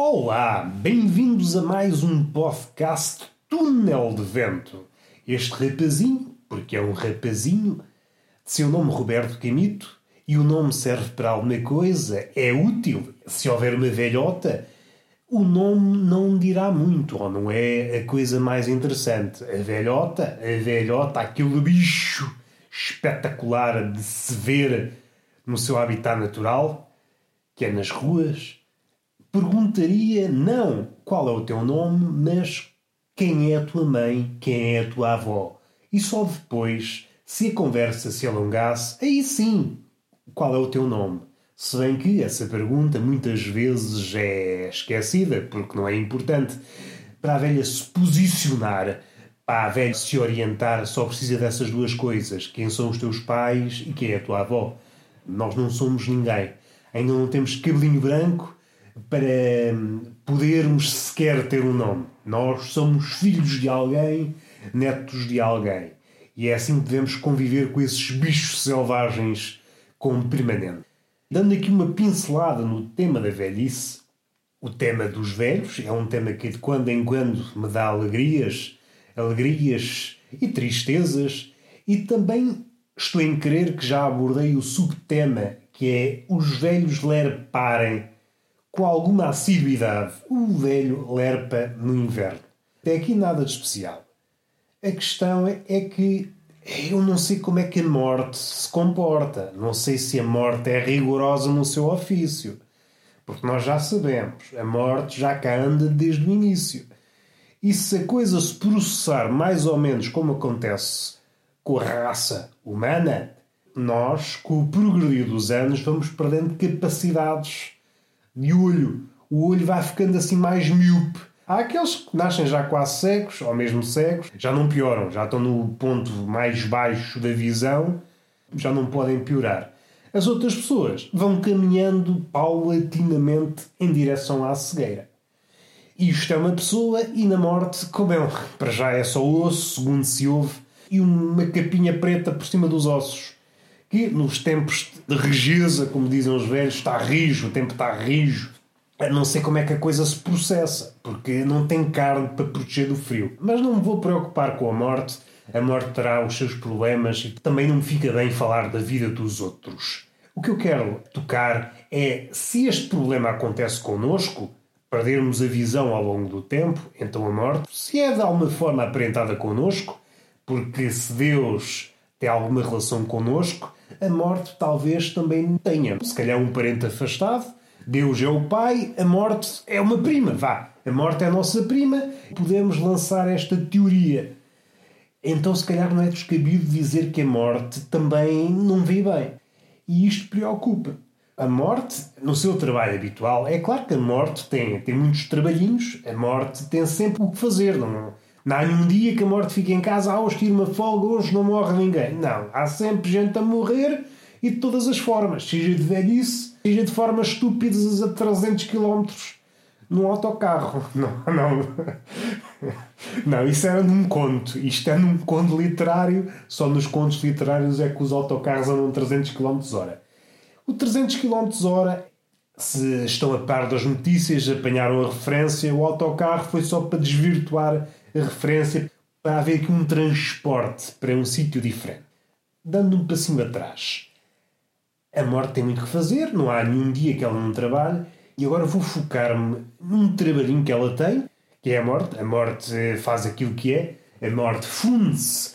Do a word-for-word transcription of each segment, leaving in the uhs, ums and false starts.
Olá, bem-vindos a mais um podcast Túnel de Vento. Este rapazinho, porque é um rapazinho, de seu nome Roberto Camito, e o nome serve para alguma coisa, é útil. Se houver uma velhota, o nome não dirá muito, ou não é a coisa mais interessante. A velhota, a velhota, aquele bicho espetacular de se ver no seu habitat natural, que é nas ruas, perguntaria não qual é o teu nome, mas quem é a tua mãe, quem é a tua avó. E só depois, se a conversa se alongasse, aí sim, qual é o teu nome? Se bem que essa pergunta muitas vezes é esquecida, porque não é importante. Para a velha se posicionar, para a velha se orientar, só precisa dessas duas coisas. Quem são os teus pais e quem é a tua avó. Nós não somos ninguém. Ainda não temos cabelinho branco para podermos sequer ter um nome. Nós somos filhos de alguém, netos de alguém. E é assim que devemos conviver com esses bichos selvagens como permanente. Dando aqui uma pincelada no tema da velhice, o tema dos velhos é um tema que de quando em quando me dá alegrias, alegrias e tristezas, e também estou em crer que já abordei o subtema, que é os velhos lerparem com alguma assiduidade. O velho lerpa no inverno. Até aqui nada de especial. A questão é, é que eu não sei como é que a morte se comporta. Não sei se a morte é rigorosa no seu ofício. Porque nós já sabemos, a morte já cá anda desde o início. E se a coisa se processar mais ou menos como acontece com a raça humana, nós, com o progredir dos anos, vamos perdendo capacidades de olho. O olho vai ficando assim mais míope. Há aqueles que nascem já quase cegos, ou mesmo cegos, já não pioram, já estão no ponto mais baixo da visão, já não podem piorar. As outras pessoas vão caminhando paulatinamente em direção à cegueira. Isto é uma pessoa e na morte, como é um, para já é só osso, segundo se ouve, e uma capinha preta por cima dos ossos, que nos tempos de regeza, como dizem os velhos, está rijo, o tempo está rijo. Não sei como é que a coisa se processa, porque não tem carne para proteger do frio. Mas não me vou preocupar com a morte. A morte terá os seus problemas e também não me fica bem falar da vida dos outros. O que eu quero tocar é, se este problema acontece connosco, perdermos a visão ao longo do tempo, então a morte, se é de alguma forma aparentada connosco, porque se Deus tem alguma relação connosco, a morte talvez também tenha. Se calhar um parente afastado, Deus é o pai, a morte é uma prima, vá. A morte é a nossa prima, podemos lançar esta teoria. Então se calhar não é descabido dizer que a morte também não vê bem. E isto preocupa. A morte, no seu trabalho habitual, é claro que a morte tem, tem muitos trabalhinhos, a morte tem sempre o que fazer, não, não há nenhum dia que a morte fique em casa, ah, hoje tiro uma folga, hoje não morre ninguém. Não, há sempre gente a morrer e de todas as formas, seja de velhice, seja de formas estúpidas a trezentos quilómetros num autocarro. Não, não. Não, isso era num conto. Isto é num conto literário. Só nos contos literários é que os autocarros andam trezentos quilómetros hora. O trezentos quilómetros hora, se estão a par das notícias, apanharam a referência, o autocarro foi só para desvirtuar a referência, para haver aqui um transporte para um sítio diferente. Dando um passinho atrás. A morte tem muito que fazer, não há nenhum dia que ela não trabalhe, e agora vou focar-me num trabalhinho que ela tem, que é a morte. A morte faz aquilo que é, a morte funde-se,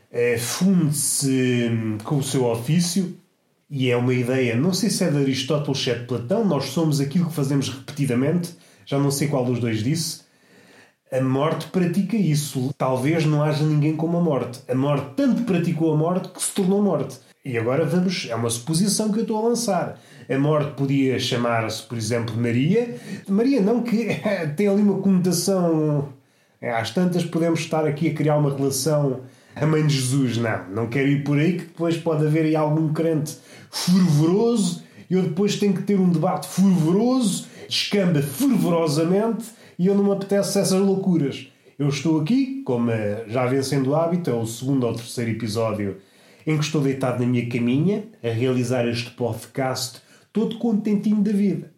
funde-se com o seu ofício, e é uma ideia, não sei se é de Aristóteles, se é de Platão, nós somos aquilo que fazemos repetidamente, já não sei qual dos dois disse. A morte pratica isso. Talvez não haja ninguém como a morte. A morte tanto praticou a morte que se tornou morte. E agora vamos... É uma suposição que eu estou a lançar. A morte podia chamar-se, por exemplo, Maria. Maria não, que tem ali uma conotação... Às tantas podemos estar aqui a criar uma relação a mãe de Jesus. Não, não quero ir por aí, que depois pode haver aí algum crente fervoroso e eu depois tenho que ter um debate fervoroso, descamba fervorosamente e eu não me apetece essas loucuras. Eu estou aqui, como já vem sendo hábito, é o segundo ou terceiro episódio em que estou deitado na minha caminha a realizar este podcast todo contentinho da vida.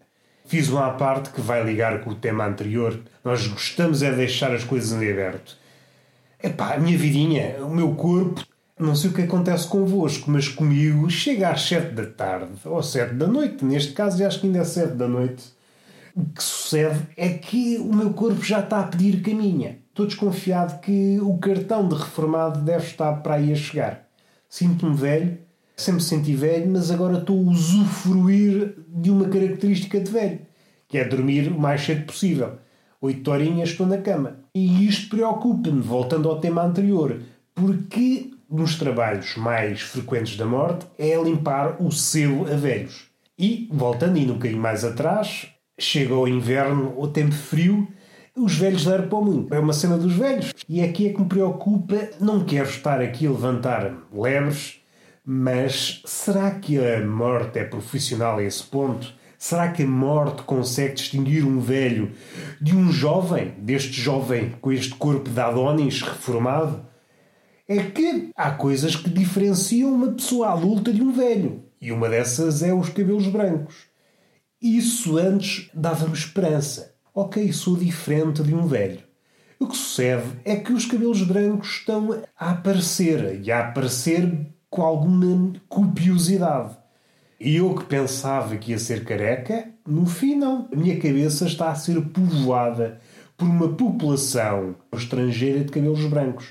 Fiz uma à parte que vai ligar com o tema anterior. Nós gostamos é de deixar as coisas em aberto. Epá, a minha vidinha, o meu corpo, não sei o que acontece convosco, mas comigo chega às sete da tarde, ou sete da noite, neste caso acho que ainda é sete da noite. O que sucede é que o meu corpo já está a pedir caminha. Estou desconfiado que o cartão de reformado deve estar para aí a chegar. Sinto-me velho, sempre me senti velho, mas agora estou a usufruir de uma característica de velho, que é dormir o mais cedo possível. Oito horinhas estou na cama. E isto preocupa-me, voltando ao tema anterior, porque nos trabalhos mais frequentes da morte é limpar o selo a velhos. E, voltando ainda um bocadinho mais atrás, chega o inverno, o tempo frio, os velhos derrapam muito. É uma cena dos velhos. E aqui é que me preocupa. Não quero estar aqui a levantar lebres, mas será que a morte é profissional a esse ponto? Será que a morte consegue distinguir um velho de um jovem, deste jovem com este corpo de Adonis reformado? É que há coisas que diferenciam uma pessoa adulta de um velho. E uma dessas é os cabelos brancos. Isso antes dava-me esperança. Ok, sou diferente de um velho. O que sucede é que os cabelos brancos estão a aparecer. E a aparecer com alguma copiosidade. E eu que pensava que ia ser careca, no fim não. A minha cabeça está a ser povoada por uma população estrangeira de cabelos brancos.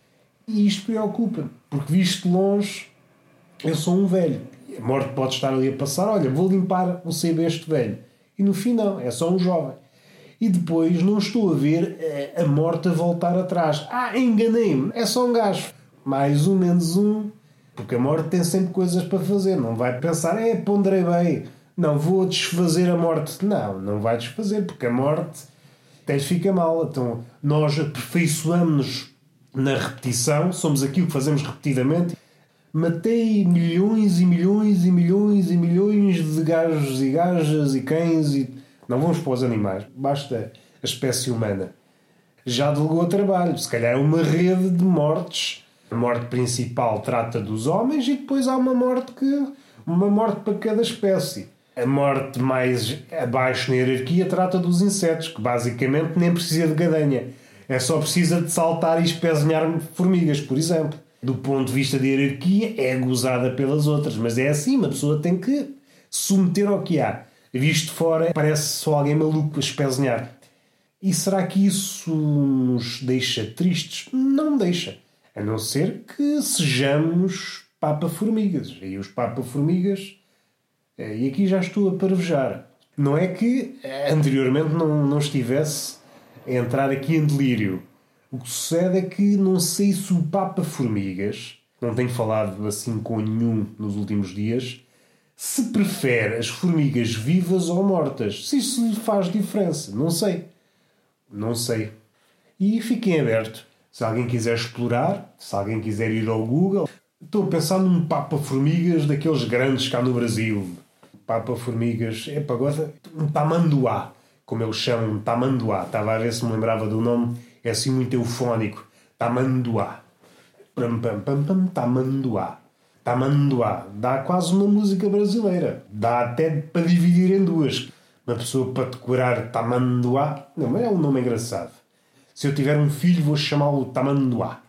E isto preocupa-me, porque visto de longe, eu sou um velho. A morte pode estar ali a passar, olha, vou limpar o sebo este velho. E no fim não, é só um jovem. E depois não estou a ver a morte a voltar atrás. Ah, enganei-me, é só um gajo. Mais um, menos um. Porque a morte tem sempre coisas para fazer. Não vai pensar, é, ponderei bem. Não, vou desfazer a morte. Não, não vai desfazer, porque a morte até fica mal. Então, nós aperfeiçoamos-nos na repetição. Somos aquilo que fazemos repetidamente. Matei milhões e milhões e milhões e milhões de gajos e gajas e cães e... Não vamos para os animais. Basta a espécie humana. Já delegou trabalho. Se calhar é uma rede de mortes. A morte principal trata dos homens e depois há uma morte que uma morte para cada espécie. A morte mais abaixo na hierarquia trata dos insetos, que basicamente nem precisa de gadanha. É só precisa de saltar e espezinhar formigas, por exemplo. Do ponto de vista da hierarquia, é gozada pelas outras. Mas é assim, uma pessoa tem que submeter ao que há. Visto de fora, parece só alguém maluco a espezinhar. E será que isso nos deixa tristes? Não deixa. A não ser que sejamos papa-formigas. E os papa-formigas... E aqui já estou a parvejar. Não é que anteriormente não, não estivesse a entrar aqui em delírio. O que sucede é que não sei se o papa-formigas, não tenho falado assim com nenhum nos últimos dias, se prefere as formigas vivas ou mortas. Se isso lhe faz diferença. Não sei. Não sei. E fiquem aberto. Se alguém quiser explorar, se alguém quiser ir ao Google... Estou a pensar num papa-formigas daqueles grandes cá no Brasil. Papa-formigas... Epa, agora... Um tamanduá. Como eles chamam, um tamanduá. Estava a ver se me lembrava do nome. É assim muito eufónico. Tamanduá. Pam, pam, pam, pam, tamanduá. Tamanduá. Dá quase uma música brasileira. Dá até para dividir em duas. Uma pessoa para decorar tamanduá... Não, mas é um nome engraçado. Se eu tiver um filho, vou chamá-lo Tamanduá.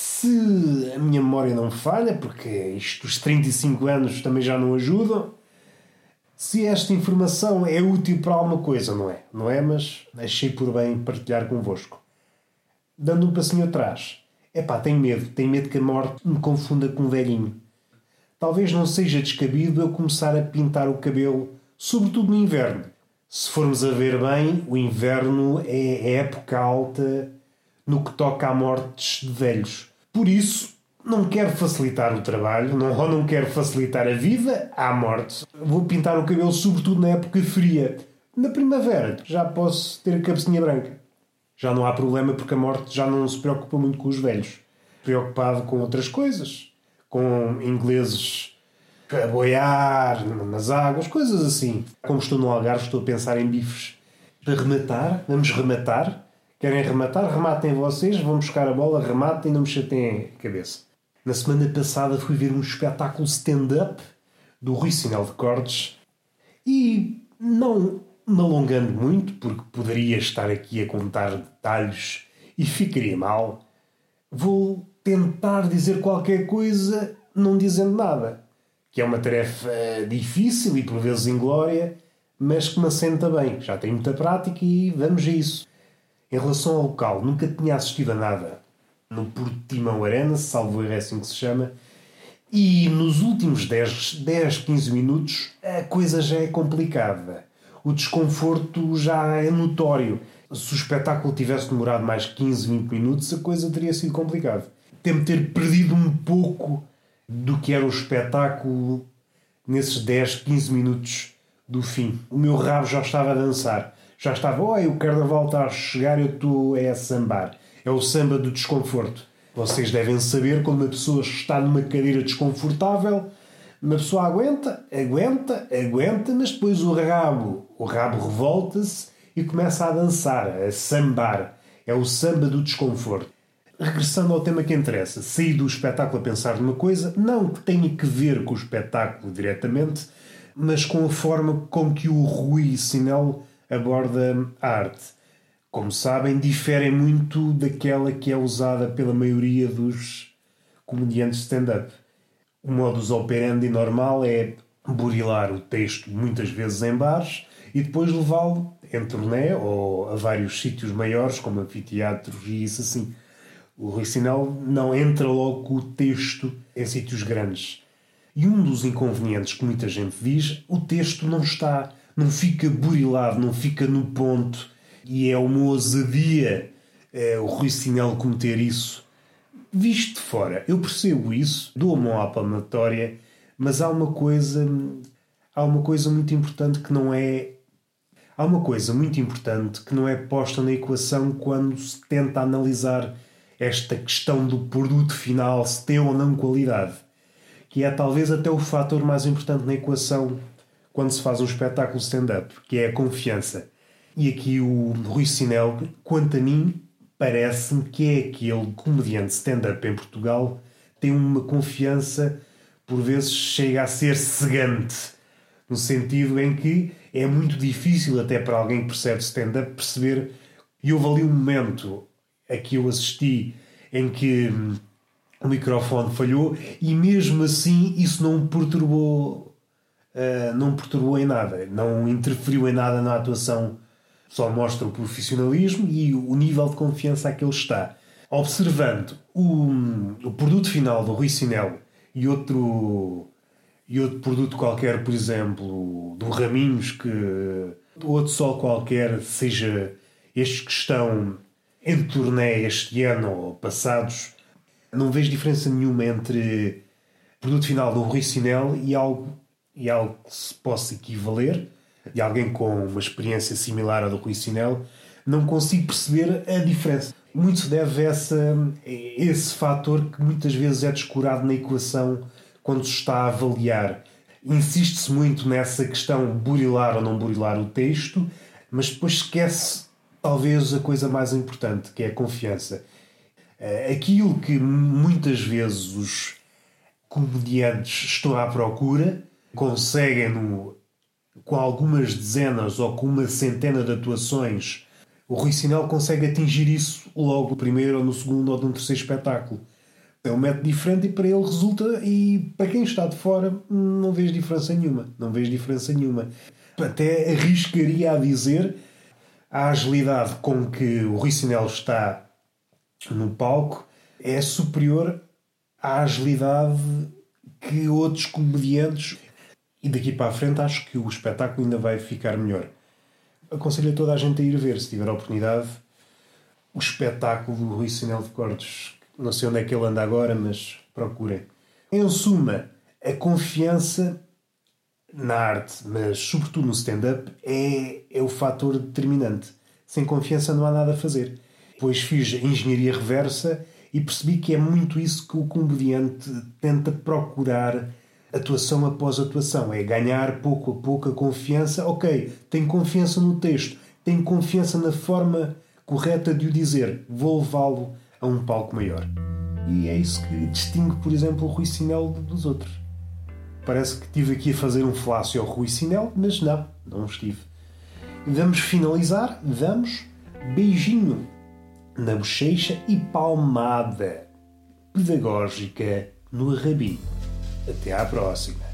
Se a minha memória não falha, porque isto, os trinta e cinco anos também já não ajudam, se esta informação é útil para alguma coisa, não é? Não é, mas achei por bem partilhar convosco. Dando um passinho atrás. Epá, tenho medo. Tenho medo que a morte me confunda com um velhinho. Talvez não seja descabido eu começar a pintar o cabelo, sobretudo no inverno. Se formos a ver bem, o inverno é a época alta no que toca a mortes de velhos. Por isso, não quero facilitar o trabalho, não, ou não quero facilitar a vida à morte. Vou pintar o cabelo sobretudo na época fria. Na primavera já posso ter a cabecinha branca. Já não há problema porque a morte já não se preocupa muito com os velhos. Preocupado com outras coisas. Com ingleses... a boiar nas águas, coisas assim. Como estou no Algarve, estou a pensar em bifes. Para rematar, vamos rematar. Querem rematar? Rematem vocês, vão buscar a bola, rematem e não me chateiem a cabeça. Na semana passada fui ver um espetáculo stand-up do Rui Sinel de Cordes e não, me alongando muito, porque poderia estar aqui a contar detalhes e ficaria mal, vou tentar dizer qualquer coisa não dizendo nada, que é uma tarefa difícil e por vezes inglória, mas que me assenta bem. Já tenho muita prática e vamos a isso. Em relação ao local, nunca tinha assistido a nada no Portimão Arena, salvo erro é assim que se chama, e nos últimos dez, dez, quinze minutos a coisa já é complicada. O desconforto já é notório. Se o espetáculo tivesse demorado mais quinze, vinte minutos, a coisa teria sido complicada. Temo ter perdido um pouco do que era o espetáculo nesses dez, quinze minutos do fim. O meu rabo já estava a dançar. Já estava, oi, o carnaval está a chegar e eu estou é a sambar. É o samba do desconforto. Vocês devem saber, quando uma pessoa está numa cadeira desconfortável, uma pessoa aguenta, aguenta, aguenta, mas depois o rabo, o rabo revolta-se e começa a dançar, a sambar. É o samba do desconforto. Regressando ao tema que interessa, saí do espetáculo a pensar numa coisa, não que tenha que ver com o espetáculo diretamente, mas com a forma com que o Rui Sinel aborda a arte. Como sabem, diferem muito daquela que é usada pela maioria dos comediantes de stand-up. O modus operandi normal é burilar o texto muitas vezes em bares e depois levá-lo em turnê ou a vários sítios maiores, como anfiteatros e isso assim. O Rui Sinel não entra logo com o texto em sítios grandes. E um dos inconvenientes que muita gente diz, o texto não está, não fica burilado, não fica no ponto. E é uma ousadia é, o Rui Sinel cometer isso. Visto de fora, eu percebo isso, dou a mão à palmatória, mas há uma coisa, há uma coisa muito importante que não é... Há uma coisa muito importante que não é posta na equação quando se tenta analisar esta questão do produto final, se tem ou não qualidade, que é talvez até o fator mais importante na equação quando se faz um espetáculo stand-up, que é a confiança. E aqui o Rui Sinel, quanto a mim, parece-me que é aquele comediante stand-up em Portugal que tem uma confiança, por vezes chega a ser cegante, no sentido em que é muito difícil até para alguém que percebe stand-up perceber. E houve ali um momento a que eu assisti em que hum, o microfone falhou e mesmo assim isso não perturbou, uh, não perturbou em nada, não interferiu em nada na atuação, só mostra o profissionalismo e o nível de confiança a que ele está. Observando o, o produto final do Rui Sinel e outro, e outro produto qualquer, por exemplo, do Raminhos, que outro sol qualquer, seja estes que estão em turnê este ano ou passados, não vejo diferença nenhuma entre o produto final do Rui Sinel e algo, e algo que se possa equivaler, de alguém com uma experiência similar à do Rui Sinel. Não consigo perceber a diferença. Muito se deve a essa, esse fator que muitas vezes é descurado na equação quando se está a avaliar. Insiste-se muito nessa questão burilar ou não burilar o texto, mas depois esquece talvez a coisa mais importante, que é a confiança. Aquilo que muitas vezes os comediantes estão à procura, conseguem-no com algumas dezenas ou com uma centena de atuações. O Rui Sinel consegue atingir isso logo no primeiro ou no segundo ou no terceiro espetáculo. É um método diferente e para ele resulta, e para quem está de fora não vejo diferença nenhuma. Não vejo diferença nenhuma. Até arriscaria a dizer a agilidade com que o Rui Sinel está no palco é superior à agilidade que outros comediantes. E daqui para a frente acho que o espetáculo ainda vai ficar melhor. Aconselho a toda a gente a ir ver, se tiver a oportunidade, o espetáculo do Rui Sinel de Cortes. Não sei onde é que ele anda agora, mas procurem. Em suma, a confiança na arte, mas sobretudo no stand-up, é, é o fator determinante. Sem confiança não há nada a fazer. Depois fiz a engenharia reversa e percebi que é muito isso que o comediante tenta procurar, atuação após atuação. É ganhar pouco a pouco a confiança. Ok, tenho confiança no texto, tenho confiança na forma correta de o dizer, vou levá-lo a um palco maior. E é isso que distingue, por exemplo, o Rui Sinel dos outros. Parece que estive aqui a fazer um falácio ao Rui Sinel, mas não, não estive. Vamos finalizar? Vamos? Beijinho na bochecha e palmada pedagógica no rabinho. Até à próxima.